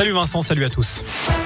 Salut Vincent, salut à tous.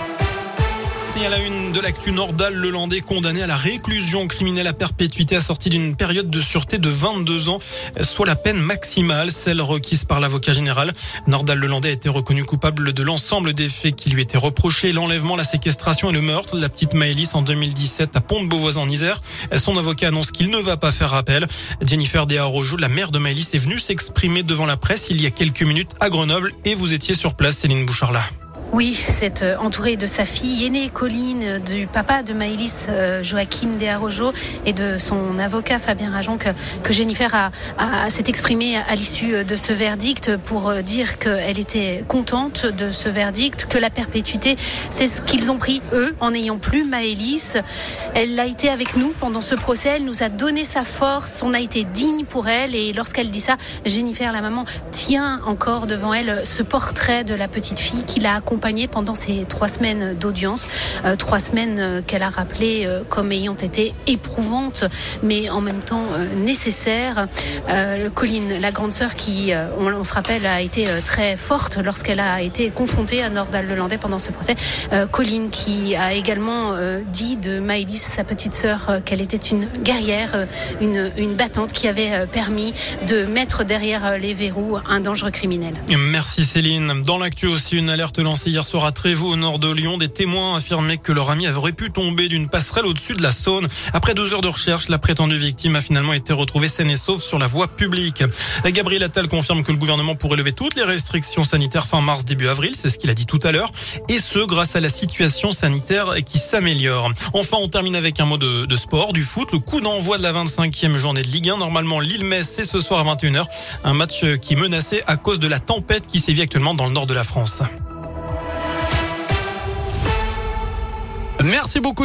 Et à la une de l'actu, Nordal-Lelandais condamné à la réclusion criminelle à perpétuité assortie d'une période de sûreté de 22 ans, soit la peine maximale, celle requise par l'avocat général. Nordal-Lelandais a été reconnu coupable de l'ensemble des faits qui lui étaient reprochés, l'enlèvement, la séquestration et le meurtre de la petite Maëlys en 2017 à Pont-de-Beauvoisin en Isère. Son avocat annonce qu'il ne va pas faire appel. Jennifer Desarrojo, la mère de Maëlys, est venue s'exprimer devant la presse il y a quelques minutes à Grenoble et vous étiez sur place, Céline Bouchard-là. Oui, c'est entourée de sa fille aînée Colline, du papa de Maëlys, Joachim Desarrojo, et de son avocat Fabien Rajon que Jennifer s'est exprimée à l'issue de ce verdict pour dire qu'elle était contente de ce verdict, que la perpétuité, c'est ce qu'ils ont pris eux en n'ayant plus Maëlys. Elle a été avec nous pendant ce procès, elle nous a donné sa force, on a été digne pour elle, et lorsqu'elle dit ça, Jennifer, la maman, tient encore devant elle ce portrait de la petite fille qui l'a accompagnée pendant ces 3 semaines d'audience, 3 semaines qu'elle a rappelées comme ayant été éprouvantes, mais en même temps nécessaires. Colline, la grande sœur qui, on se rappelle, a été très forte lorsqu'elle a été confrontée à Nordal-Lelandais pendant ce procès. Colline qui a également dit de Maëlys, sa petite sœur, qu'elle était une guerrière, une battante qui avait permis de mettre derrière les verrous un dangereux criminel. Merci Céline. Dans l'actu aussi, une alerte lancée hier soir à Trévoux, au nord de Lyon. Des témoins affirmaient que leur ami aurait pu tomber d'une passerelle au-dessus de la Saône. Après 2 heures de recherche, la prétendue victime a finalement été retrouvée saine et sauve sur la voie publique. Gabriel Attal confirme que le gouvernement pourrait lever toutes les restrictions sanitaires fin mars, début avril. C'est ce qu'il a dit tout à l'heure. Et ce, grâce à la situation sanitaire qui s'améliore. Enfin, on termine avec un mot de sport, du foot. Le coup d'envoi de la 25e journée de Ligue 1. Normalement, Lille-Metz, c'est ce soir à 21h. Un match qui est menacé à cause de la tempête qui sévit actuellement dans le nord de la France. Merci beaucoup.